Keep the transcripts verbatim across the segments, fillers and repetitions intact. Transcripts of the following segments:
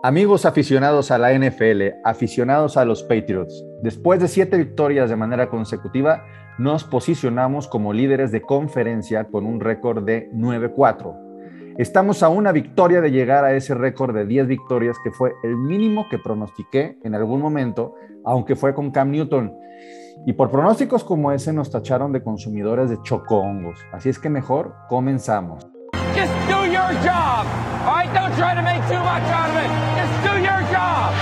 Amigos aficionados a la N F L, aficionados a los Patriots, después de siete victorias de manera consecutiva, nos posicionamos como líderes de conferencia con un récord de nueve cuatro. Estamos a una victoria de llegar a ese récord de diez victorias, que fue el mínimo que pronostiqué en algún momento, aunque fue con Cam Newton. Y por pronósticos como ese nos tacharon de consumidores de chocongos. Así es que mejor comenzamos. Just do your job. All right, don't try to make too much out of it. Just do your job.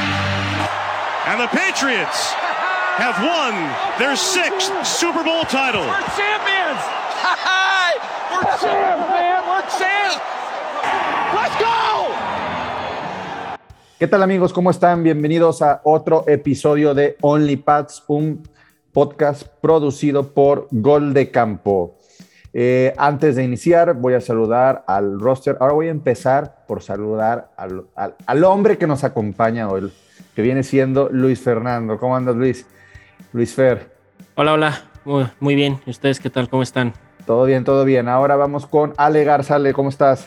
And the Patriots have won their sixth Super Bowl title. We're champions. We're champs, man. We're champs. Let's go. ¿Qué tal, amigos? ¿Cómo están? Bienvenidos a otro episodio de Only Pats, un podcast producido por Gol de Campo. Eh, antes de iniciar, voy a saludar al roster. Ahora voy a empezar por saludar al, al, al hombre que nos acompaña hoy, que viene siendo Luis Fernando. ¿Cómo andas, Luis? Luis Fer. Hola, hola. Muy, muy bien. ¿Y ustedes qué tal? ¿Cómo están? Todo bien, todo bien. Ahora vamos con Ale Garza. Ale, ¿cómo estás?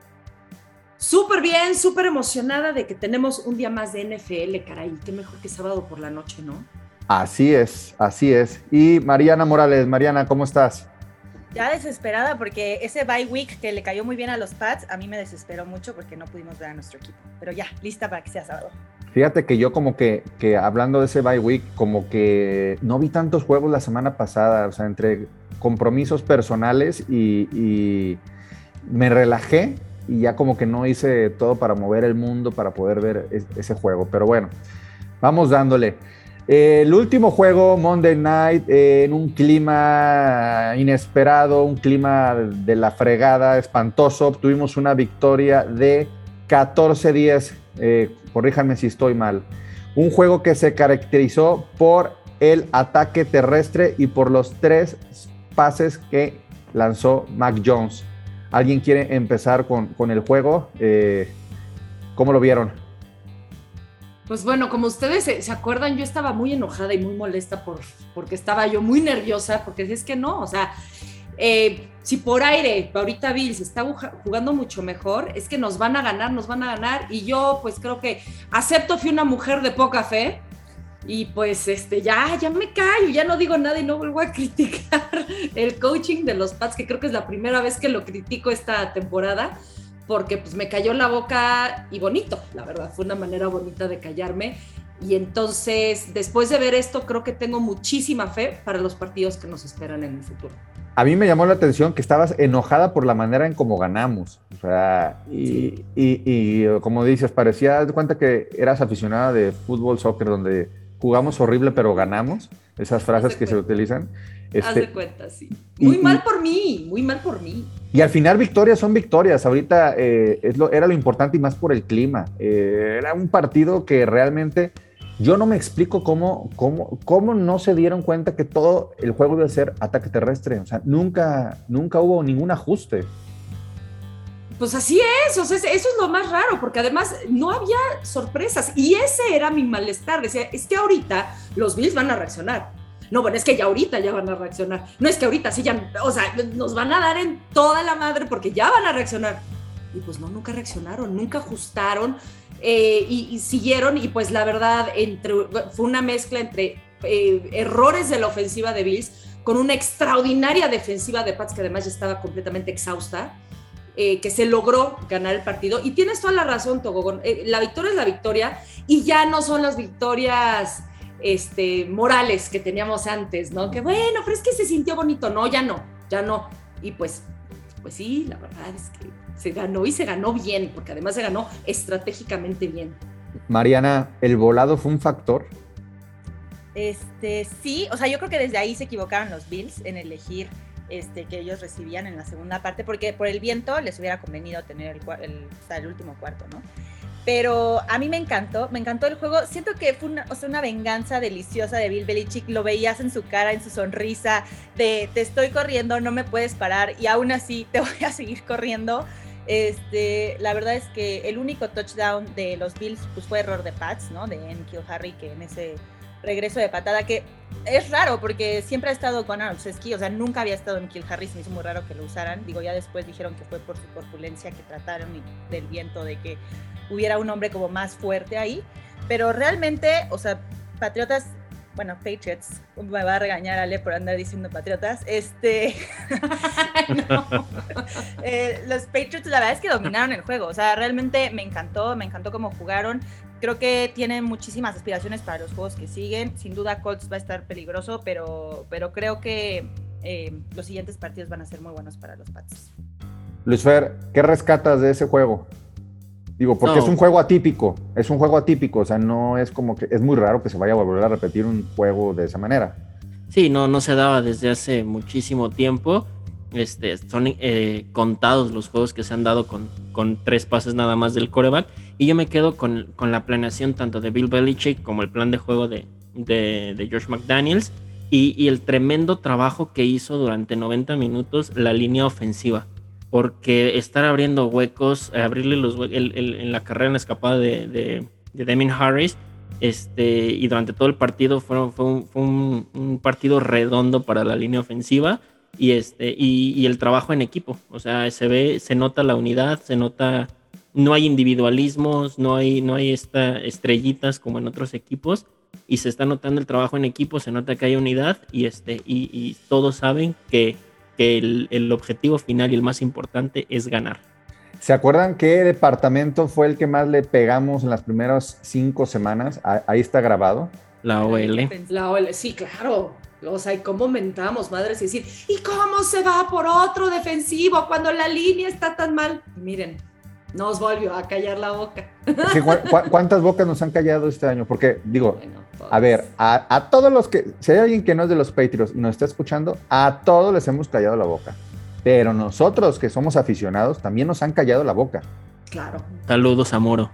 Súper bien, súper emocionada de que tenemos un día más de N F L, caray. Qué mejor que sábado por la noche, ¿no? Así es, así es. Y Mariana Morales. Mariana, ¿cómo estás? Ya desesperada porque ese bye week que le cayó muy bien a los Pats, a mí me desesperó mucho porque no pudimos ver a nuestro equipo. Pero ya, lista para que sea sábado. Fíjate que yo como que, que hablando de ese bye week, como que no vi tantos juegos la semana pasada, o sea, entre compromisos personales y, y me relajé y ya como que no hice todo para mover el mundo para poder ver es, ese juego. Pero bueno, vamos dándole. Eh, el último juego, Monday Night, eh, en un clima inesperado, un clima de la fregada, espantoso. Obtuvimos una victoria de catorce diez, eh, corríjanme si estoy mal. Un juego que se caracterizó por el ataque terrestre y por los tres pases que lanzó Mac Jones. ¿Alguien quiere empezar con, con el juego? Eh, ¿Cómo lo vieron? Pues bueno, como ustedes se, se acuerdan, yo estaba muy enojada y muy molesta por, porque estaba yo muy nerviosa, porque es que no, o sea, eh, si por aire ahorita Bills está jugando mucho mejor, es que nos van a ganar, nos van a ganar, y yo pues creo que acepto, fui una mujer de poca fe, y pues este ya, ya me callo, ya no digo nada y no vuelvo a criticar el coaching de los Pats, que creo que es la primera vez que lo critico esta temporada, porque pues me cayó la boca y bonito, la verdad, fue una manera bonita de callarme. Y entonces, después de ver esto, creo que tengo muchísima fe para los partidos que nos esperan en el futuro. A mí me llamó la atención que estabas enojada por la manera en cómo ganamos. O sea, y, sí. y, y como dices, parecía, haz de cuenta que eras aficionada de fútbol, soccer, donde jugamos horrible pero ganamos. Esas frases que cuenta. Se utilizan. Este, Haz de cuenta, sí. Muy y, mal por mí, muy mal por mí. Y al final victorias son victorias. Ahorita eh, es lo, era lo importante y más por el clima. Eh, era un partido que realmente yo no me explico cómo, cómo, cómo no se dieron cuenta que todo el juego iba a ser ataque terrestre. O sea, nunca, nunca hubo ningún ajuste. Pues así es, o sea, eso es lo más raro, porque además no había sorpresas. Y ese era mi malestar. Decía, es que ahorita los Bills van a reaccionar. No, bueno, es que ya ahorita ya van a reaccionar. No es que ahorita sí ya, o sea, nos van a dar en toda la madre porque ya van a reaccionar. Y pues no, nunca reaccionaron, nunca ajustaron eh, y, y siguieron. Y pues la verdad, entre, fue una mezcla entre eh, errores de la ofensiva de Bills con una extraordinaria defensiva de Pats que además ya estaba completamente exhausta, eh, que se logró ganar el partido. Y tienes toda la razón, Togogón. Eh, la victoria es la victoria y ya no son las victorias Este, morales que teníamos antes, ¿no? Que bueno, pero es que se sintió bonito. No, ya no, ya no. Y pues, pues sí, la verdad es que se ganó y se ganó bien, porque además se ganó estratégicamente bien. Mariana, ¿el volado fue un factor? Este, sí, o sea, yo creo que desde ahí se equivocaron los Bills en elegir este, que ellos recibían en la segunda parte, porque por el viento les hubiera convenido tener el, el, hasta el último cuarto, ¿no? Pero a mí me encantó, me encantó el juego. Siento que fue una, o sea, una venganza deliciosa de Bill Belichick. Lo veías en su cara, en su sonrisa, de te estoy corriendo, no me puedes parar y aún así te voy a seguir corriendo. Este, la verdad es que el único touchdown de los Bills pues, fue error de Pats, ¿no? De N'Keal Harry, que en ese regreso de patada que es raro porque siempre ha estado con Olszewski, o sea, nunca había estado en Kill Harris, me hizo muy raro que lo usaran. Digo, ya después dijeron que fue por su corpulencia que trataron y del viento de que hubiera un hombre como más fuerte ahí, pero realmente, o sea, Patriotas, bueno, Patriots, me va a regañar Ale por andar diciendo Patriotas, este, no. eh, los Patriots la verdad es que dominaron el juego, o sea, realmente me encantó, me encantó cómo jugaron. Creo que tienen muchísimas aspiraciones para los juegos que siguen. Sin duda Colts va a estar peligroso, pero, pero creo que eh, los siguientes partidos van a ser muy buenos para los Pats. Luis Fer, ¿qué rescatas de ese juego? Digo, porque No. es un juego atípico, es un juego atípico, o sea, no es como que, es muy raro que se vaya a volver a repetir un juego de esa manera. Sí, no, no se daba desde hace muchísimo tiempo. Este, son eh, contados los juegos que se han dado con, con tres pases nada más del quarterback. Y yo me quedo con, con la planeación tanto de Bill Belichick como el plan de juego de, de, de Josh McDaniels y, y el tremendo trabajo que hizo durante noventa minutos la línea ofensiva. Porque estar abriendo huecos, abrirle los huecos el, el, en la carrera en la escapada de, de, de Damien Harris, este, y durante todo el partido fue, fue, un, fue un, un partido redondo para la línea ofensiva. Y este y, y el trabajo en equipo, o sea, se ve, se nota la unidad, se nota, no hay individualismos, no hay, no hay esta estrellitas como en otros equipos, y se está notando el trabajo en equipo, se nota que hay unidad, y este, y, y todos saben que, que el, el objetivo final y el más importante es ganar. ¿Se acuerdan qué departamento fue el que más le pegamos en las primeras cinco semanas? Ahí está grabado. La O L. La O L, sí, claro. O sea, ¿y cómo mentamos, madres? Y decir, ¿y cómo se va por otro defensivo cuando la línea está tan mal? Miren, nos volvió a callar la boca. Sí, ¿cu- cu- ¿Cuántas bocas nos han callado este año? Porque, digo, Bueno, a ver, a, a todos los que, si hay alguien que no es de los Patriots y nos está escuchando, a todos les hemos callado la boca. Pero nosotros que somos aficionados también nos han callado la boca. Claro. Saludos a Moro.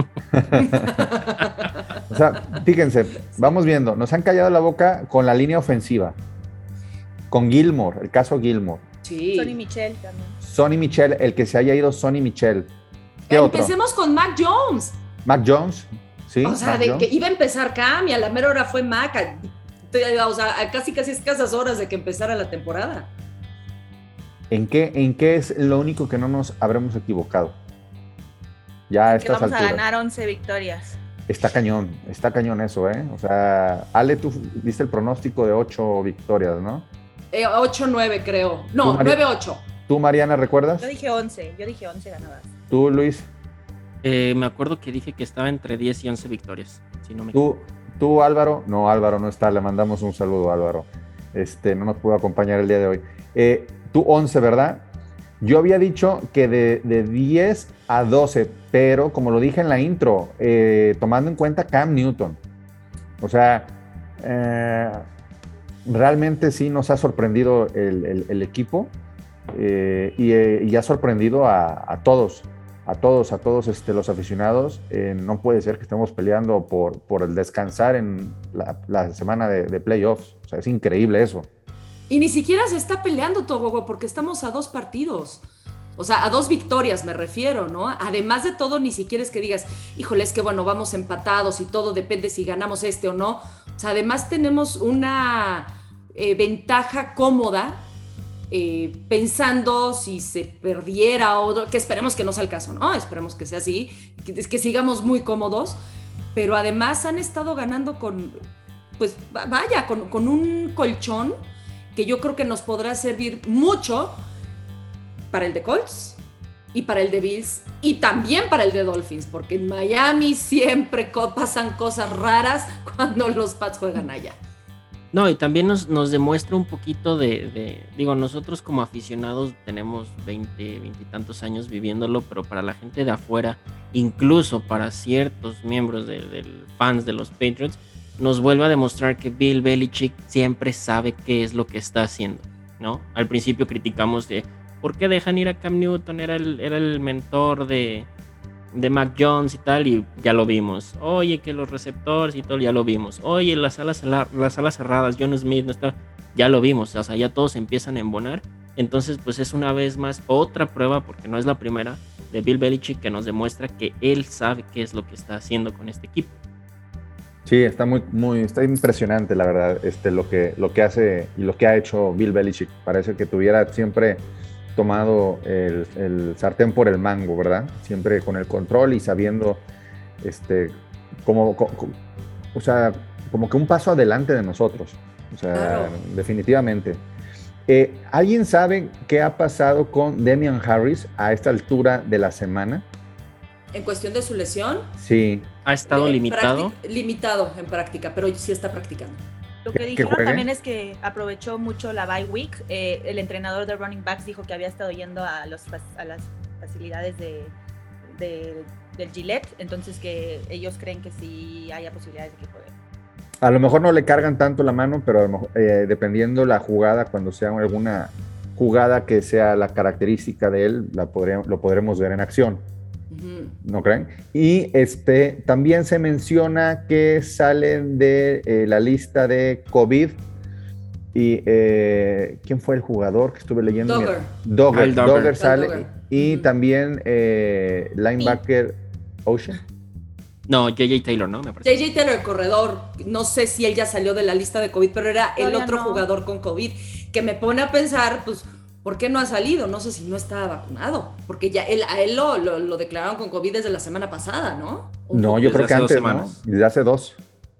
O sea, fíjense, vamos viendo, nos han callado la boca con la línea ofensiva, con Gilmore, el caso Gilmore, Sí. Sonny Michel también. Sonny Michel, el que se haya ido Sonny Michel. ¿Qué otro? Empecemos con Mac Jones. Mac Jones, ¿sí? O sea, Mac de Jones. que iba a empezar Cam y a la mera hora fue Mac. A- O sea, a casi casi escasas horas de que empezara la temporada. ¿En qué, ¿En qué es lo único que no nos habremos equivocado? Ya a Que estas vamos a alturas. ganar once victorias. Está cañón, está cañón eso, ¿eh? O sea, Ale, tú diste el pronóstico de ocho victorias, ¿no? Eh, ocho nueve creo. Tú, No, María. nueve ocho. ¿Tú, Mariana, recuerdas? Yo dije once, yo dije once ganadas. ¿Tú, Luis? Eh, me acuerdo que dije que estaba entre diez y once victorias, si no me equivoco. ¿Tú, tú, Álvaro? No, Álvaro no está, le mandamos un saludo, Álvaro. Este, no nos pudo acompañar el día de hoy. Eh, tú, once, ¿verdad? Yo había dicho que de, de diez a doce, pero como lo dije en la intro, eh, tomando en cuenta Cam Newton. O sea, eh, realmente sí nos ha sorprendido el, el, el equipo eh, y, eh, y ha sorprendido a, a todos, a todos, a todos este, los aficionados. Eh, no puede ser que estemos peleando por, por el descansar en la, la semana de, de playoffs. O sea, es increíble eso. Y ni siquiera se está peleando todo, porque estamos a dos partidos. O sea, a dos victorias me refiero, ¿no? Además de todo, ni siquiera es que digas, híjole, es que bueno, vamos empatados y todo depende si ganamos este o no. O sea, además tenemos una eh, ventaja cómoda eh, pensando si se perdiera o que esperemos que no sea el caso, ¿no? Esperemos que sea así, que, que sigamos muy cómodos, pero además han estado ganando con, pues vaya, con, con un colchón que yo creo que nos podrá servir mucho para el de Colts y para el de Bills y también para el de Dolphins, porque en Miami siempre co- pasan cosas raras cuando los Pats juegan allá. No, y también nos, nos demuestra un poquito de, de, digo, nosotros como aficionados tenemos veinte, veinte y tantos años viviéndolo, pero para la gente de afuera, incluso para ciertos miembros de, de fans de los Patriots, nos vuelve a demostrar que Bill Belichick siempre sabe qué es lo que está haciendo, ¿no? Al principio criticamos de por qué dejan ir a Cam Newton, era el, era el mentor de, de Mac Jones y tal, y ya lo vimos. Oye, que los receptores y todo, ya lo vimos. Oye, las alas, las alas cerradas, John Smith no está, ya lo vimos. O sea, ya todos empiezan a embonar. Entonces, pues es una vez más otra prueba, porque no es la primera, de Bill Belichick que nos demuestra que él sabe qué es lo que está haciendo con este equipo. Sí, está muy, muy, está impresionante, la verdad, este, lo que, lo que hace y lo que ha hecho Bill Belichick. Parece que tuviera siempre tomado el, el sartén por el mango, ¿verdad? Siempre con el control y sabiendo, este, como, como, o sea, como que un paso adelante de nosotros. O sea, claro. Definitivamente. Eh, ¿Alguien sabe qué ha pasado con Damian Harris a esta altura de la semana? ¿En cuestión de su lesión? Sí. ¿Ha estado eh, limitado? Limitado en práctica, pero sí está practicando. Lo que dijeron también es que aprovechó mucho la bye week. Eh, el entrenador de running backs dijo que había estado yendo a, los, a las facilidades de, de, del Gillette, entonces que ellos creen que sí haya posibilidades de que juegue. A lo mejor no le cargan tanto la mano, pero a lo mejor, eh, dependiendo la jugada, cuando sea alguna jugada que sea la característica de él, la podremos, lo podremos ver en acción. ¿No creen? Y este, también se menciona que salen de eh, la lista de COVID. Y eh, ¿quién fue el jugador que estuve leyendo? Dogger. Dogger, Dogger. Dogger sale. Dogger. Y Uh-huh. también eh, linebacker Ocean. No, J J Taylor, ¿no? Me parece. J J Taylor, el corredor, no sé si él ya salió de la lista de COVID, pero era el Todavía otro no. jugador con COVID, que me pone a pensar, pues, ¿por qué no ha salido? No sé si no está vacunado, porque ya él, a él lo, lo, lo declararon con COVID desde la semana pasada, ¿no? No, yo creo que antes, ¿no? Desde hace dos.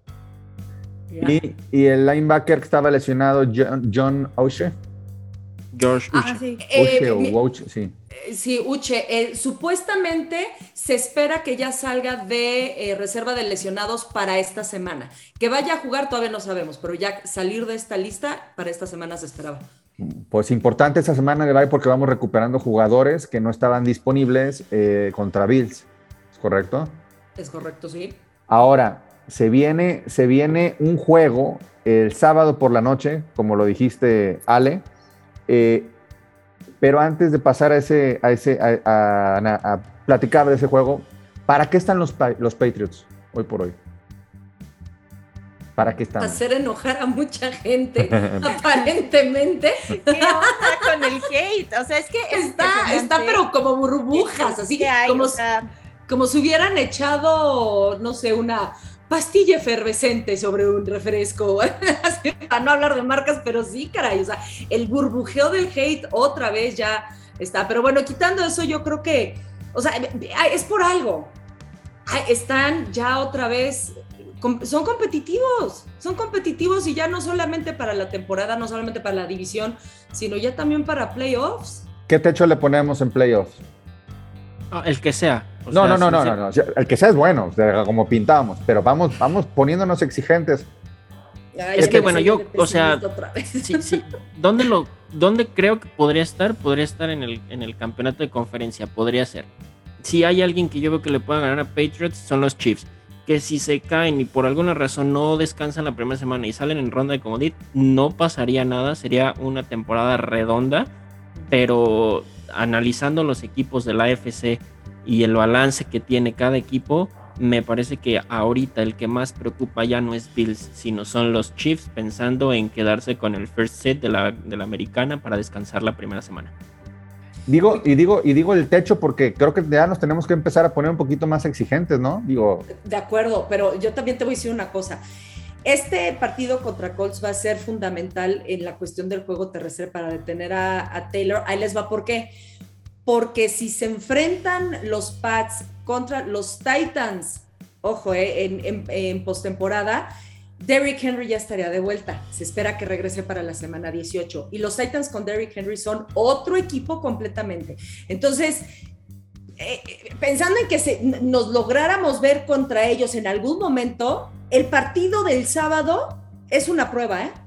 Y, y el linebacker que estaba lesionado, John, John Oche. George Uche. Ah, sí. Oche Eh, o mi- Woche, sí. Eh, Sí, Uche, eh, supuestamente se espera que ya salga de eh, reserva de lesionados para esta semana. Que vaya a jugar todavía no sabemos, pero ya salir de esta lista para esta semana se esperaba. Pues importante esta semana de bye porque vamos recuperando jugadores que no estaban disponibles eh, contra Bills. ¿Es correcto? Es correcto, sí. Ahora, se viene, se viene un juego el sábado por la noche, como lo dijiste, Ale. Eh, pero antes de pasar a ese, a ese, a, a, a, a platicar de ese juego, ¿para qué están los, los Patriots hoy por hoy? ¿Para qué están? Hacer enojar a mucha gente, aparentemente. ¿Qué onda con el hate? O sea, es que es Está, impresionante. está, pero como burbujas, así ¿Qué hay? como, O sea, como si hubieran echado, no sé, una pastilla efervescente sobre un refresco, así, para no hablar de marcas, pero sí, caray, o sea, el burbujeo del hate otra vez ya está, pero bueno, quitando eso, yo creo que, o sea, es por algo, están ya otra vez, son competitivos, son competitivos y ya no solamente para la temporada, no solamente para la división, sino ya también para playoffs. ¿Qué techo le ponemos en playoffs? Ah, el que sea. O no, sea, no, no, si no, se- no, no, o sea, el que sea es bueno, o sea, como pintábamos, pero vamos, vamos poniéndonos exigentes. Ay, Es que ya bueno, soy yo, de o sea, pesimista otra vez. Sí, sí. ¿Dónde, lo, ¿Dónde creo que podría estar? Podría estar en el, en el campeonato de conferencia, podría ser. Si hay alguien que yo veo que le pueda ganar a Patriots, son los Chiefs. Que si se caen y por alguna razón no descansan la primera semana y salen en ronda de comodín, no pasaría nada, sería una temporada redonda, pero analizando los equipos de la A F C y el balance que tiene cada equipo, me parece que ahorita el que más preocupa ya no es Bills, sino son los Chiefs, pensando en quedarse con el first set de la, de la americana para descansar la primera semana. Digo, y digo, y digo el techo porque creo que ya nos tenemos que empezar a poner un poquito más exigentes, ¿no? Digo, De acuerdo, pero yo también te voy a decir una cosa. Este partido contra Colts va a ser fundamental en la cuestión del juego terrestre para detener a, a Taylor. Ahí les va, ¿por qué? Porque si se enfrentan los Pats contra los Titans, ojo, eh, en, en, en postemporada, Derrick Henry ya estaría de vuelta. Se espera que regrese para la semana dieciocho. Y los Titans con Derrick Henry son otro equipo completamente. Entonces, eh, pensando en que se, nos lográramos ver contra ellos en algún momento, el partido del sábado es una prueba, ¿eh?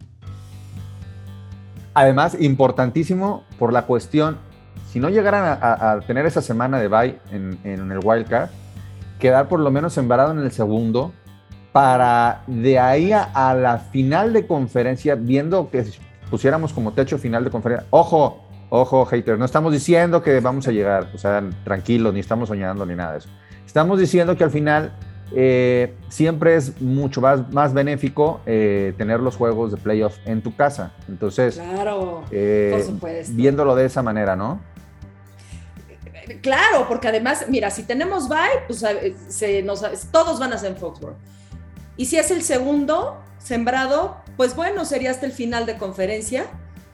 además, importantísimo por la cuestión, si no llegaran a, a, a tener esa semana de bye en, en el wildcard, quedar por lo menos embarado en el segundo, para de ahí a, a la final de conferencia, viendo que pusiéramos como techo final de conferencia. Ojo, ojo, haters, no estamos diciendo que vamos a llegar, o sea, tranquilos, ni estamos soñando ni nada de eso. Estamos diciendo que al final eh, siempre es mucho más, más benéfico eh, tener los juegos de playoff en tu casa. Entonces, Claro, eh, por supuesto. viéndolo de esa manera, ¿no? Claro, porque además, mira, si tenemos bye, pues se nos, todos van a ser en Foxborough. Y si es el segundo sembrado, pues bueno, sería hasta el final de conferencia,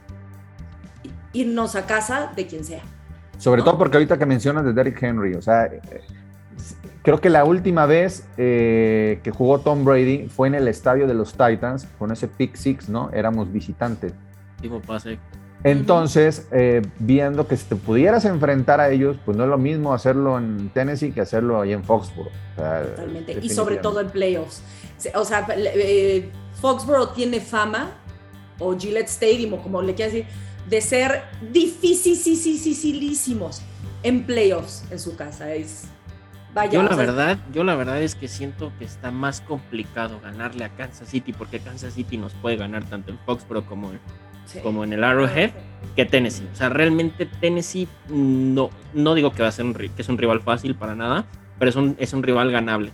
irnos a casa de quien sea. Sobre ¿no? todo porque ahorita que mencionas de Derrick Henry, o sea, eh, creo que la última vez eh, que jugó Tom Brady fue en el estadio de los Titans, con ese pick six, ¿no? Éramos visitantes. Tipo pase. Entonces, eh, viendo que si te pudieras enfrentar a ellos, pues no es lo mismo hacerlo en Tennessee que hacerlo ahí en Foxborough. O sea, totalmente. Y sobre todo en playoffs. O sea, eh, Foxborough tiene fama, o Gillette Stadium, o como le quieras decir, de ser dificilísimos en playoffs en su casa. Es, vaya, yo la o sea, verdad, yo la verdad es que siento que está más complicado ganarle a Kansas City, porque Kansas City nos puede ganar tanto en Foxborough como en, sí. como en el Arrowhead, que Tennessee. O sea, realmente Tennessee no, no digo que va a ser un, que es un rival fácil para nada, pero es un, es un rival ganable.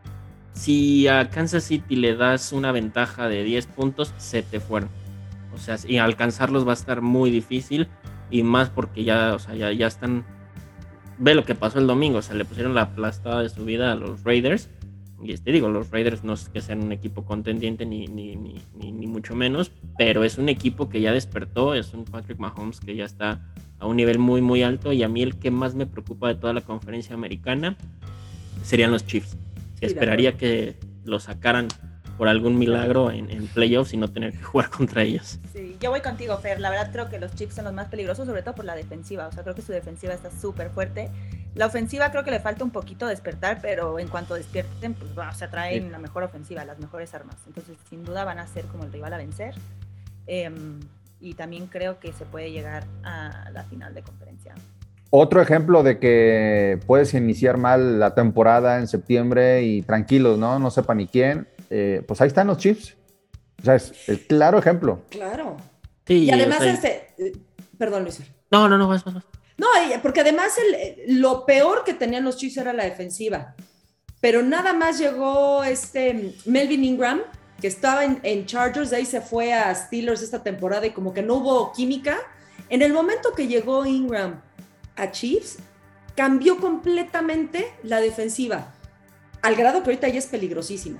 Si a Kansas City le das una ventaja de diez puntos, se te fueron. O sea, y alcanzarlos va a estar muy difícil, y más porque ya, o sea, ya, ya están. Ve lo que pasó el domingo, o sea, le pusieron la aplastada de su vida a los Raiders. Y este digo, los Raiders no es que sean un equipo contendiente ni, ni, ni, ni, ni mucho menos, pero es un equipo que ya despertó, es un Patrick Mahomes que ya está a un nivel muy muy alto, y a mí el que más me preocupa de toda la conferencia americana serían los Chiefs. Que esperaría que lo sacaran por algún milagro en, en playoffs y no tener que jugar contra ellos. Sí, yo voy contigo, Fer. La verdad creo que los Chiefs son los más peligrosos, sobre todo por la defensiva. O sea, creo que su defensiva está súper fuerte. La ofensiva creo que le falta un poquito despertar, pero en cuanto despierten, pues bueno, o sea, traen sí. la mejor ofensiva, las mejores armas. Entonces, sin duda van a ser como el rival a vencer. Eh, y también creo que se puede llegar a la final de conferencia. Otro ejemplo de que puedes iniciar mal la temporada en septiembre y tranquilos, ¿no? No sepa ni quién. Eh, pues ahí están los Chiefs. O sea, es el claro ejemplo. Claro. Sí, y además, o sea, este, perdón, Luis. No, no, no, vas, vas, vas. No, porque además el, lo peor que tenían los Chiefs era la defensiva. Pero nada más llegó este Melvin Ingram, que estaba en, en Chargers, de ahí se fue a Steelers esta temporada y como que no hubo química. En el momento que llegó Ingram a Chiefs, cambió completamente la defensiva, al grado que ahorita ya es peligrosísima.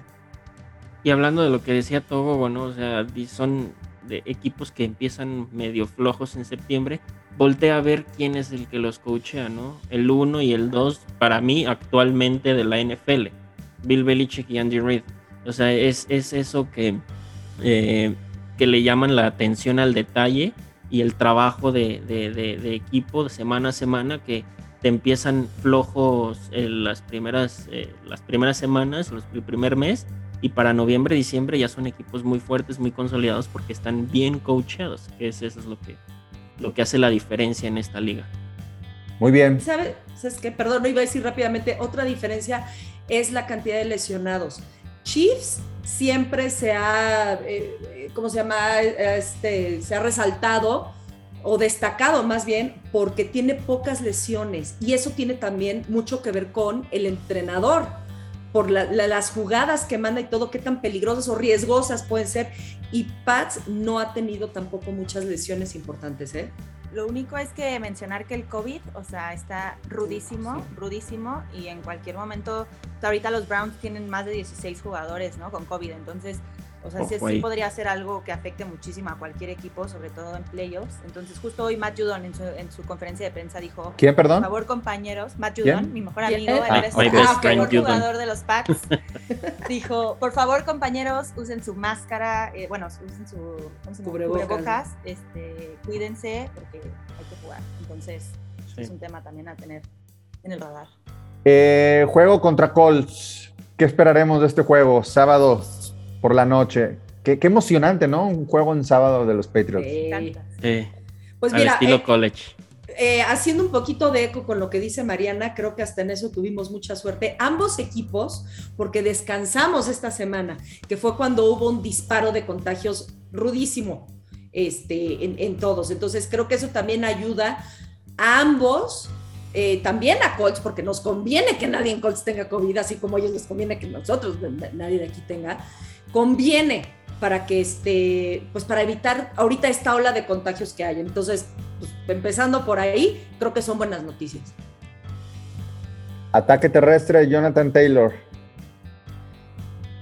Y hablando de lo que decía Togo, bueno, o sea, son de equipos que empiezan medio flojos en septiembre. Voltea a ver quién es el que los coachea, ¿no? El uno y el dos, para mí, actualmente de la N F L. Bill Belichick y Andy Reid. O sea, es, es eso que, eh, que le llaman la atención al detalle y el trabajo de, de, de, de equipo de semana a semana, que te empiezan flojos eh, las, primeras, eh, las primeras semanas, los, el primer mes, y para noviembre, diciembre ya son equipos muy fuertes, muy consolidados, porque están bien coacheados, que es, eso es lo que, lo que hace la diferencia en esta liga. Muy bien. ¿Sabes qué? Perdón, no iba a decir rápidamente, otra diferencia es la cantidad de lesionados. Chiefs siempre se ha, eh, ¿cómo se llama? Este, se ha resaltado o destacado más bien porque tiene pocas lesiones, y eso tiene también mucho que ver con el entrenador, por la, la, las jugadas que manda y todo, qué tan peligrosas o riesgosas pueden ser, y Pats no ha tenido tampoco muchas lesiones importantes, ¿eh? Lo único es que mencionar que el COVID, o sea, está rudísimo, sí. rudísimo, y en cualquier momento, ahorita los Browns tienen más de dieciséis jugadores, ¿no? Con COVID, entonces, o sea, oh, sí, sí podría ser algo que afecte muchísimo a cualquier equipo, sobre todo en playoffs. Entonces, justo hoy Matt Judon en su, en su conferencia de prensa dijo: ¿Quién, perdón? Por favor, compañeros, Matt Judon, ¿quién? Mi mejor amigo, el ah, best, ah, mejor jugador de los Pats, dijo: por favor, compañeros, usen su máscara, eh, bueno, usen su cubrebocas, cubrebocas este, cuídense, porque hay que jugar. Entonces, sí. es un tema también a tener en el radar. Eh, juego contra Colts. ¿Qué esperaremos de este juego? Sábado por la noche. Qué, qué emocionante, ¿no? Un juego en sábado de los Patriots. Sí. Sí. Pues al mira, estilo eh, college. Eh, haciendo un poquito de eco con lo que dice Mariana, creo que hasta en eso tuvimos mucha suerte. Ambos equipos, porque descansamos esta semana, que fue cuando hubo un disparo de contagios rudísimo este, en, en todos. Entonces creo que eso también ayuda a ambos. Eh, también a Colts, porque nos conviene que nadie en Colts tenga COVID, así como a ellos les conviene que nosotros, nadie de aquí tenga, conviene para que este, pues para evitar ahorita esta ola de contagios que hay. Entonces, pues, empezando por ahí, creo que son buenas noticias. Ataque terrestre, Jonathan Taylor.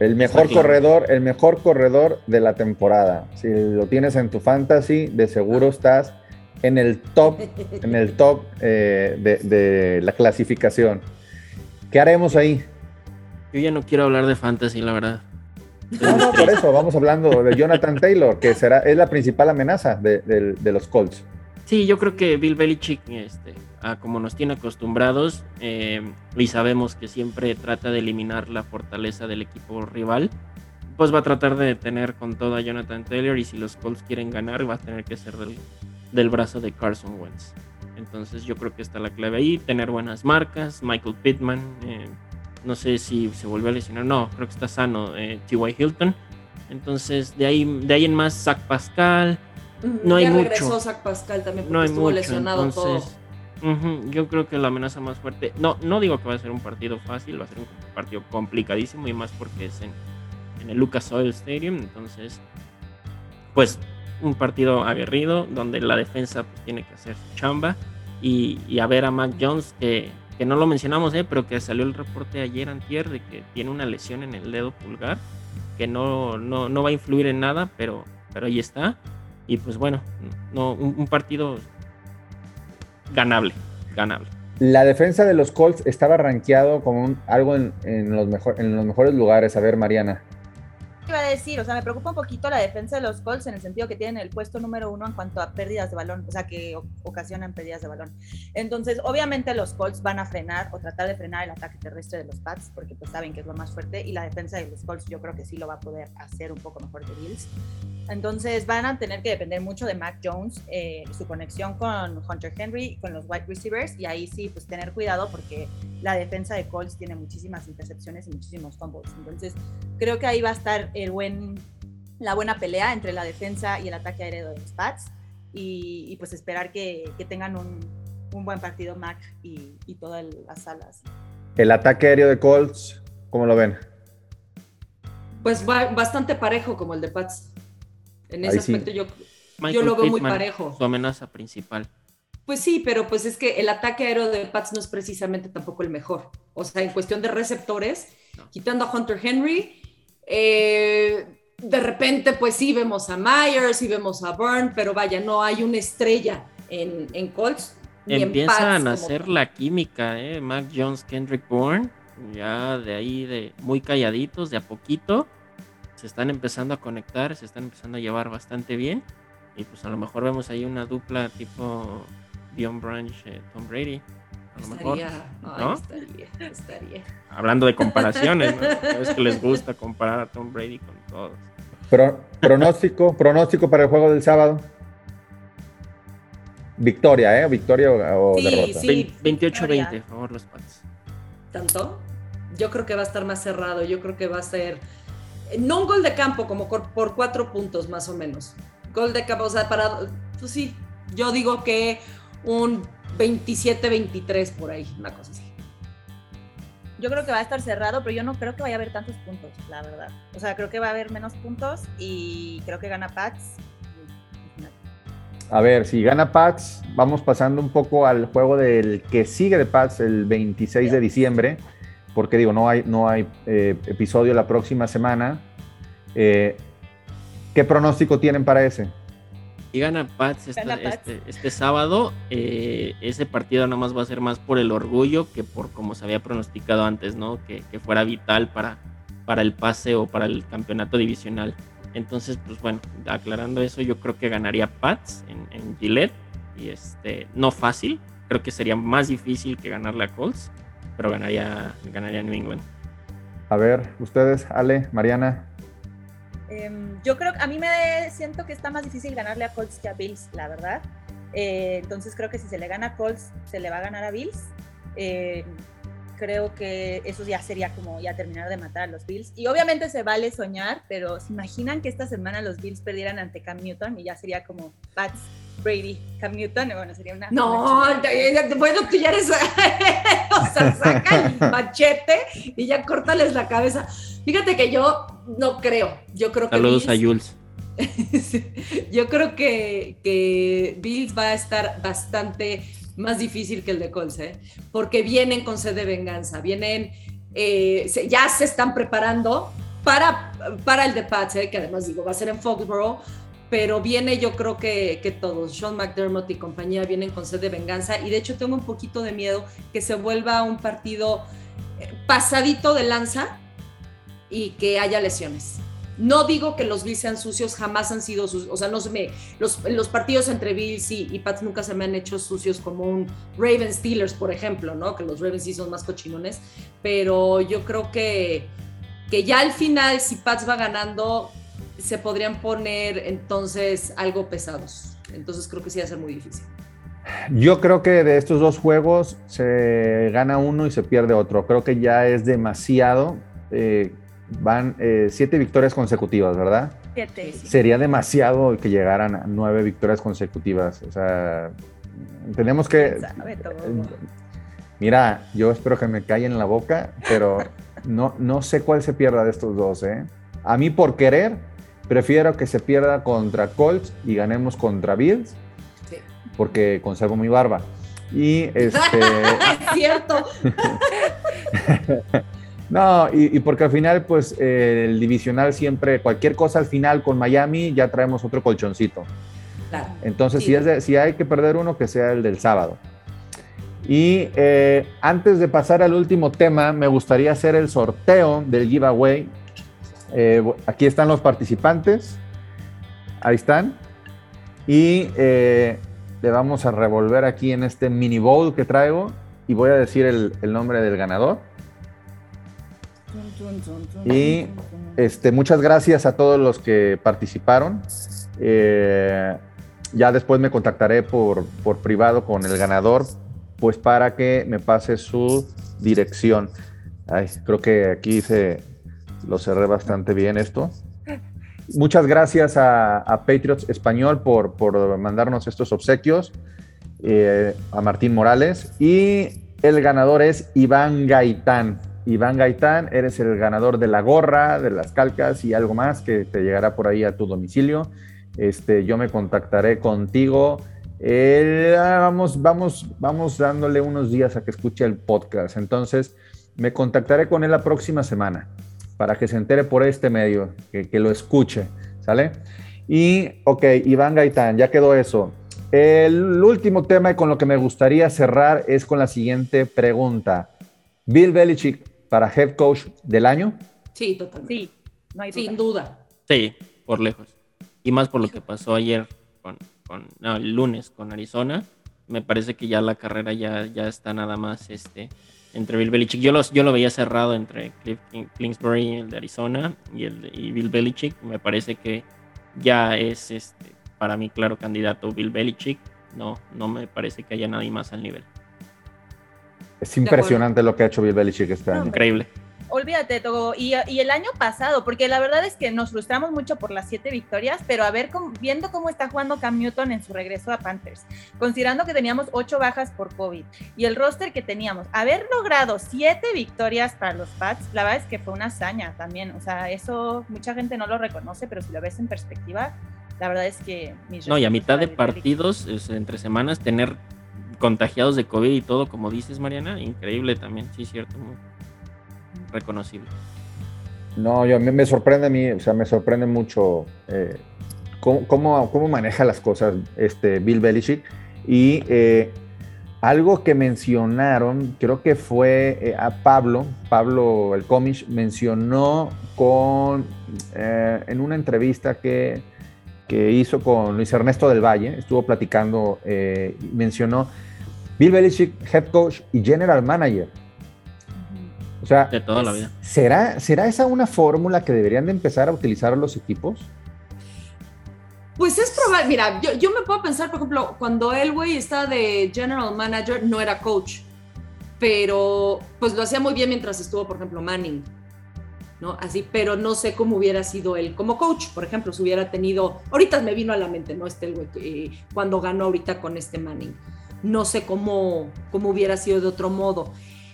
El mejor corredor, el mejor corredor de la temporada. Si lo tienes en tu fantasy, de seguro estás en el top, en el top eh, de, de la clasificación. ¿Qué haremos ahí? Yo ya no quiero hablar de fantasy, la verdad. No, no, por eso vamos hablando de Jonathan Taylor, que será, es la principal amenaza de, de, de los Colts. Sí, yo creo que Bill Belichick, este, a como nos tiene acostumbrados, eh, y sabemos que siempre trata de eliminar la fortaleza del equipo rival, pues va a tratar de tener con todo a Jonathan Taylor, y si los Colts quieren ganar, va a tener que ser del, del brazo de Carson Wentz. Entonces yo creo que está la clave ahí, tener buenas marcas. Michael Pittman, eh, no sé si se volvió a lesionar, no, creo que está sano. eh, T Y. Hilton, entonces de ahí, de ahí en más Zach Pascal. No ya hay regresó mucho. Zach Pascal también porque No hay estuvo mucho, lesionado entonces, todo. Uh-huh, yo creo que la amenaza más fuerte, no, no digo que va a ser un partido fácil, va a ser un partido complicadísimo, y más porque es en, en el Lucas Oil Stadium. Entonces, pues un partido aguerrido donde la defensa pues, tiene que hacer su chamba, y, y a ver a Mac Jones, que, que no lo mencionamos, eh, pero que salió el reporte ayer antier de que tiene una lesión en el dedo pulgar, que no, no, no va a influir en nada, pero, pero ahí está. Y pues bueno, no, un, un partido ganable, ganable. La defensa de los Colts estaba rankeado como un, algo en, en, los mejor, en los mejores lugares. A ver, Mariana. Iba a decir, o sea, me preocupa un poquito la defensa de los Colts en el sentido que tienen el puesto número uno en cuanto a pérdidas de balón, o sea, que ocasionan pérdidas de balón. Entonces, obviamente los Colts van a frenar o tratar de frenar el ataque terrestre de los Pats, porque pues saben que es lo más fuerte, y la defensa de los Colts yo creo que sí lo va a poder hacer un poco mejor que Bills. Entonces van a tener que depender mucho de Mac Jones, eh, su conexión con Hunter Henry, con los wide receivers, y ahí sí, pues tener cuidado porque la defensa de Colts tiene muchísimas intercepciones y muchísimos fumbles. Entonces creo que ahí va a estar el buen, la buena pelea entre la defensa y el ataque aéreo de los Pats, y, y pues esperar que, que tengan un, un buen partido Mac y, y todas las alas. El ataque aéreo de Colts, ¿cómo lo ven? Pues va bastante parejo como el de Pats. En ese Ahí sí. aspecto yo, Michael yo lo veo Pittman, muy parejo. Su amenaza principal. Pues sí, pero pues es que el ataque aéreo de Pats no es precisamente tampoco el mejor. O sea, en cuestión de receptores, no. Quitando a Hunter Henry, eh, de repente pues sí vemos a Myers y vemos a Byrne, pero vaya, no hay una estrella en, en Colts. Ni Empiezan en a Pats, hacer como... la química, ¿eh? Mac Jones, Kendrick Bourne, ya de ahí de muy calladitos, de a poquito. Se están empezando a conectar, se están empezando a llevar bastante bien, y pues a lo mejor vemos ahí una dupla tipo Dion Branch, eh, Tom Brady, a lo estaría, mejor, ay, ¿no? estaría, estaría. Hablando de comparaciones, ¿no? Es que les gusta comparar a Tom Brady con todos. Pro, pronóstico, pronóstico para el juego del sábado. Victoria, ¿eh? Victoria o, o Sí, derrota. sí. veintiocho veinte, por favor, los Pats. ¿Tanto? Yo creo que va a estar más cerrado, yo creo que va a ser... No un gol de campo, como por cuatro puntos más o menos. Gol de campo, o sea, para... Pues sí, yo digo que un veintisiete veintitrés por ahí, una cosa así. Yo creo que va a estar cerrado, pero yo no creo que vaya a haber tantos puntos, la verdad. O sea, creo que va a haber menos puntos y creo que gana Pats. A ver, si gana Pats, vamos pasando un poco al juego del que sigue de Pats el veintiséis de diciembre. Porque digo, no hay, no hay eh, episodio la próxima semana. Eh, ¿Qué pronóstico tienen para ese? Y gana Pats, esta, Gana Pats. Este, este sábado. Eh, ese partido nada más va a ser más por el orgullo que por como se había pronosticado antes, ¿no? Que, que fuera vital para, para el pase o para el campeonato divisional. Entonces, pues bueno, aclarando eso, yo creo que ganaría Pats en, en Gillette. Y este, no fácil. Creo que sería más difícil que ganarle a Colts, pero ganaría, ganaría New England. A ver, ustedes, Ale, Mariana. Eh, yo creo que a mí me siento que está más difícil ganarle a Colts que a Bills, la verdad. Eh, entonces creo que si se le gana a Colts, se le va a ganar a Bills. Eh, creo que eso ya sería como ya terminar de matar a los Bills. Y obviamente se vale soñar, pero ¿se imaginan que esta semana los Bills perdieran ante Cam Newton? Y ya sería como Pats, Brady, Cam Newton, bueno, sería una... No, una bueno, tú ya eres... o sea, saca el machete y ya córtales la cabeza. Fíjate que yo no creo. Yo creo que Saludos Bills, a Jules. yo creo que, que Bills va a estar bastante más difícil que el de Colts, ¿eh? Porque vienen con sed de venganza, vienen, eh, se, ya se están preparando para, para el de Pats, ¿eh? Que además digo, va a ser en Foxborough, pero viene yo creo que, que todos, Sean McDermott y compañía vienen con sed de venganza, y de hecho tengo un poquito de miedo que se vuelva un partido pasadito de lanza y que haya lesiones. No digo que los Bills sean sucios, jamás han sido sucios, o sea, no se me, los, los partidos entre Bills y, y Pats nunca se me han hecho sucios como un Ravens Steelers, por ejemplo, ¿no? Que los Ravens sí son más cochinones, pero yo creo que, que ya al final, si Pats va ganando, se podrían poner entonces algo pesados. Entonces creo que sí va a ser muy difícil. Yo creo que de estos dos juegos se gana uno y se pierde otro. Creo que ya es demasiado. Eh, van eh, siete victorias consecutivas, ¿verdad? Siete. Sí. Sería demasiado que llegaran a nueve victorias consecutivas. O sea, tenemos que... Sabe todo. Mira, yo espero que me callen en la boca, pero no, no sé cuál se pierda de estos dos, ¿eh? A mí, por querer, prefiero que se pierda contra Colts y ganemos contra Bills, Sí. porque conservo mi barba. Y este... Es cierto. No, y, y porque al final, pues, eh, el divisional siempre, cualquier cosa al final con Miami, ya traemos otro colchoncito. Claro. Entonces, Sí. si, es de- si hay que perder uno, que sea el del sábado. Y eh, antes de pasar al último tema, me gustaría hacer el sorteo del giveaway. Eh, aquí están los participantes. Ahí están. Y eh, le vamos a revolver aquí en este mini bowl que traigo. Y voy a decir el, el nombre del ganador. Y este, muchas gracias a todos los que participaron. Eh, ya después me contactaré por, por privado con el ganador, pues para que me pase su dirección. Ay, creo que aquí se lo cerré bastante bien esto. Muchas gracias a, a Patriots Español por, por mandarnos estos obsequios, eh, a Martín Morales, y el ganador es Iván Gaitán. Iván Gaitán, eres el ganador de la gorra, de las calcas y algo más que te llegará por ahí a tu domicilio. Este, yo me contactaré contigo. Eh, vamos, vamos, vamos dándole unos días a que escuche el podcast. Entonces, me contactaré con él la próxima semana para que se entere por este medio, que, que lo escuche, ¿sale? Y, ok, Iván Gaitán, ya quedó eso. El último tema y con lo que me gustaría cerrar es con la siguiente pregunta. Bill Belichick para head coach del año. Sí, totalmente. Sí, no hay duda. Sin duda. Sí, por lejos. Y más por lo que pasó ayer, con, con no, el lunes con Arizona. Me parece que ya la carrera ya, ya está nada más este, entre Bill Belichick. Yo, los, yo lo veía cerrado entre Cliff Kingsbury, el de Arizona, y, el de, y Bill Belichick. Me parece que ya es este, para mí claro candidato Bill Belichick. No, no me parece que haya nadie más al nivel. Es impresionante lo que ha hecho Bill Belichick este año. Increíble. Olvídate, Togo. Y, y el año pasado, porque la verdad es que nos frustramos mucho por las siete victorias, pero a ver, cómo, viendo cómo está jugando Cam Newton en su regreso a Panthers, considerando que teníamos ocho bajas por COVID y el roster que teníamos, haber logrado siete victorias para los Pats, la verdad es que fue una hazaña también. O sea, eso mucha gente no lo reconoce, pero si lo ves en perspectiva, la verdad es que... Mis No, y a mitad de respetos para Bill partidos, es, entre semanas, tener contagiados de COVID y todo, como dices, Mariana, increíble también, sí, cierto, muy reconocible. No, yo, a mí me sorprende a mí, o sea, me sorprende mucho eh, cómo, cómo, cómo maneja las cosas este Bill Belichick. Y eh, algo que mencionaron, creo que fue eh, a Pablo, Pablo el Comish, mencionó con, eh, en una entrevista que, que hizo con Luis Ernesto del Valle, estuvo platicando, eh, mencionó Bill Belichick, head coach y general manager. O sea, De toda la vida. ¿será, ¿será esa una fórmula que deberían de empezar a utilizar los equipos? Pues es probable, mira, yo, yo me puedo pensar, por ejemplo, cuando Elway está de general manager, no era coach, pero pues lo hacía muy bien mientras estuvo, por ejemplo, Manning, ¿no? Así, pero no sé cómo hubiera sido él como coach, por ejemplo, si hubiera tenido, ahorita me vino a la mente, ¿no? Este Elway, eh, cuando ganó ahorita con este Manning, no sé cómo, cómo hubiera sido de otro modo.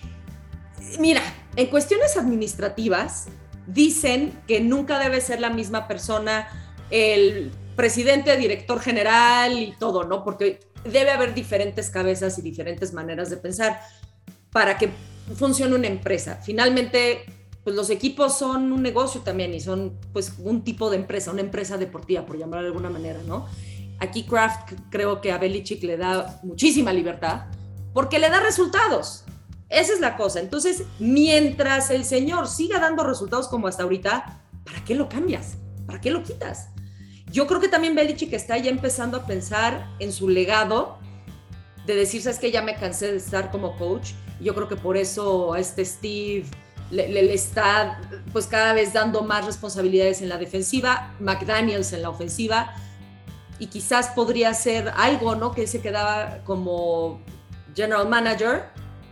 Mira, en cuestiones administrativas, dicen que nunca debe ser la misma persona el presidente, director general y todo, ¿no? Porque debe haber diferentes cabezas y diferentes maneras de pensar para que funcione una empresa. Finalmente, pues los equipos son un negocio también y son pues un tipo de empresa, una empresa deportiva, por llamarlo de alguna manera, ¿no? Aquí Kraft creo que a Belichick le da muchísima libertad porque le da resultados. Esa es la cosa. Entonces, mientras el señor siga dando resultados como hasta ahorita, ¿para qué lo cambias? ¿Para qué lo quitas? Yo creo que también Belichick está ya empezando a pensar en su legado de decir, ¿sabes qué? Ya me cansé de estar como coach. Yo creo que por eso a este Steve le, le, le está pues cada vez dando más responsabilidades en la defensiva, McDaniels en la ofensiva, y quizás podría ser algo, ¿no? Que se quedaba como general manager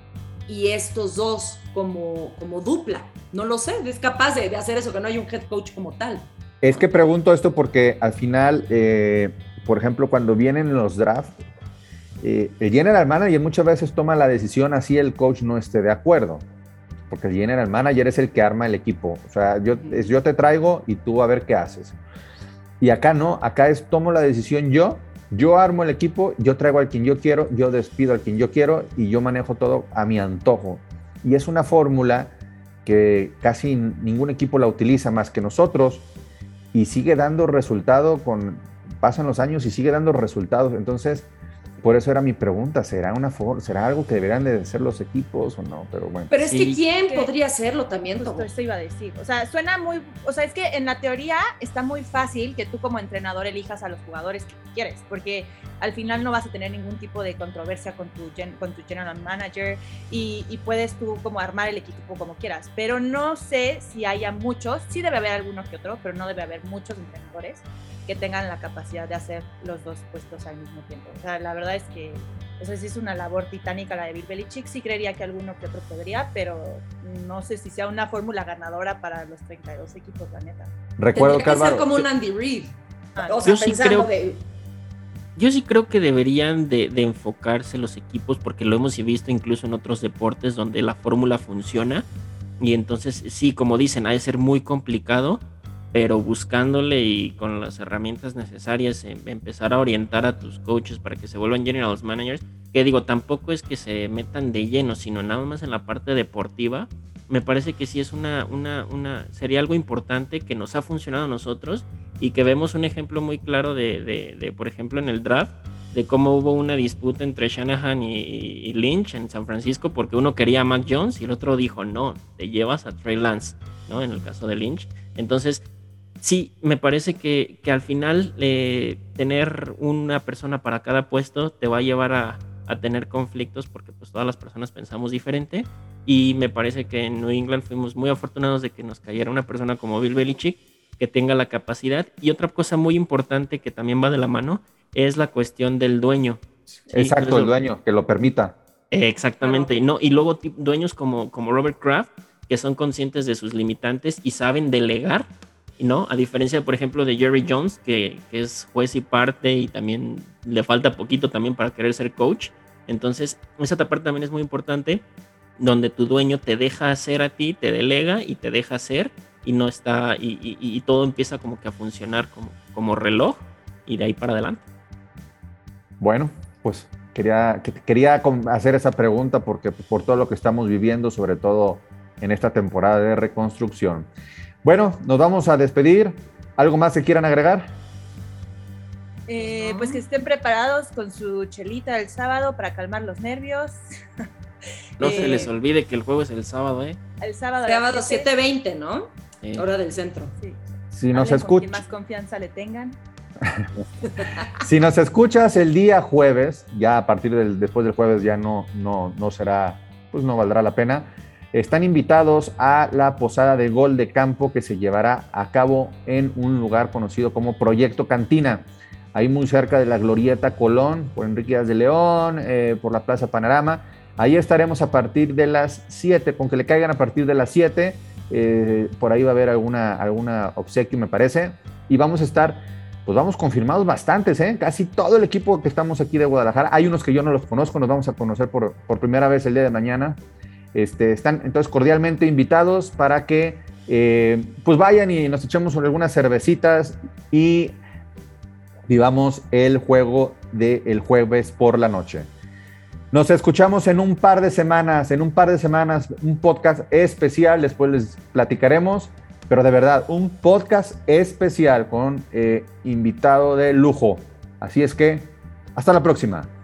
y estos dos como, como dupla. No lo sé, es capaz de, de hacer eso, que no hay un head coach como tal. Es que pregunto esto porque al final, eh, por ejemplo, cuando vienen los drafts, eh, el general manager muchas veces toma la decisión así el coach no esté de acuerdo, porque el general manager es el que arma el equipo. O sea, yo, es, yo te traigo y tú a ver qué haces. Y acá no, acá es tomo la decisión yo, yo armo el equipo, yo traigo al quien yo quiero, yo despido al quien yo quiero y yo manejo todo a mi antojo. Y es una fórmula que casi ningún equipo la utiliza más que nosotros y sigue dando resultado, con pasan los años y sigue dando resultados. Entonces, por eso era mi pregunta, ¿será una for- será algo que deberán de hacer los equipos o no? Pero bueno. Pero es Sí. que ¿quién Que- podría hacerlo también, Justo Tomo? esto iba a decir. O sea, suena muy. O sea, es que en la teoría está muy fácil que tú como entrenador elijas a los jugadores que quieres, porque al final no vas a tener ningún tipo de controversia con tu, gen, con tu general manager y, y puedes tú como armar el equipo como quieras. Pero no sé si haya muchos, sí debe haber alguno que otro, pero no debe haber muchos entrenadores que tengan la capacidad de hacer los dos puestos al mismo tiempo. O sea, la verdad es que, o sea, sí es una labor titánica la de Bill Belichick. Sí creería que alguno que otro podría, pero no sé si sea una fórmula ganadora para los treinta y dos equipos, la neta. Recuerdo Tendría que que ser Álvaro, como un Andy Reid. Ah, O sea, yo sí pensando creo- de... Yo sí creo que deberían de, de enfocarse los equipos, porque lo hemos visto incluso en otros deportes donde la fórmula funciona. Y entonces, sí, como dicen, ha de ser muy complicado, pero buscándole y con las herramientas necesarias, em- empezar a orientar a tus coaches para que se vuelvan general managers, que digo, tampoco es que se metan de lleno, sino nada más en la parte deportiva. Me parece que sí es una, una, una, sería algo importante que nos ha funcionado a nosotros y que vemos un ejemplo muy claro de, de, de por ejemplo, en el draft, de cómo hubo una disputa entre Shanahan y, y Lynch en San Francisco porque uno quería a Mac Jones y el otro dijo, no, te llevas a Trey Lance, ¿no? En el caso de Lynch. Entonces, sí, me parece que, que al final eh, tener una persona para cada puesto te va a llevar a, a tener conflictos porque pues todas las personas pensamos diferente y me parece que en New England fuimos muy afortunados de que nos cayera una persona como Bill Belichick que tenga la capacidad. Y otra cosa muy importante que también va de la mano es la cuestión del dueño. ¿sí? exacto, Eso- el dueño, que lo permita. eh, Exactamente, y no, y luego ti- dueños como, como Robert Kraft, que son conscientes de sus limitantes y saben delegar, ¿no? A diferencia, por ejemplo, de Jerry Jones, que, que es juez y parte y también le falta poquito también para querer ser coach. Entonces, esa parte también es muy importante, donde tu dueño te deja hacer a ti, te delega y te deja hacer, y no está, y, y- y todo empieza como que a funcionar como, como reloj, y de ahí para adelante. Bueno, pues quería, que- quería com- hacer esa pregunta porque por todo lo que estamos viviendo, sobre todo en esta temporada de reconstrucción. Bueno, nos vamos a despedir. ¿Algo más que quieran agregar? Eh, pues que estén preparados con su chelita el sábado para calmar los nervios. No Eh, se les olvide que el juego es el sábado, ¿eh? El sábado, a las Sábado siete. siete veinte, ¿no? Eh, Hora del centro. Sí. Si nos, Hablen con quien escuch- más confianza le tengan. si nos escuchas el día jueves, ya a partir del después del jueves ya no, no, no será, pues no valdrá la pena. Están invitados a la posada de gol de campo que se llevará a cabo en un lugar conocido como Proyecto Cantina, ahí muy cerca de la Glorieta Colón, por Enrique Díaz de León, eh, por la Plaza Panorama. Ahí estaremos a partir de las siete, con que le caigan a partir de las siete, eh, por ahí va a haber alguna, alguna obsequio, me parece, y vamos a estar, pues vamos confirmados bastantes, ¿eh? Casi todo el equipo que estamos aquí de Guadalajara. Hay unos que yo no los conozco, nos vamos a conocer por, por primera vez el día de mañana. Este, están entonces cordialmente invitados para que eh, pues vayan y nos echemos algunas cervecitas y vivamos el juego del jueves por la noche. Nos escuchamos en un par de semanas, en un par de semanas, un podcast especial, después les platicaremos, pero de verdad, un podcast especial con eh, invitado de lujo. Así es que, hasta la próxima.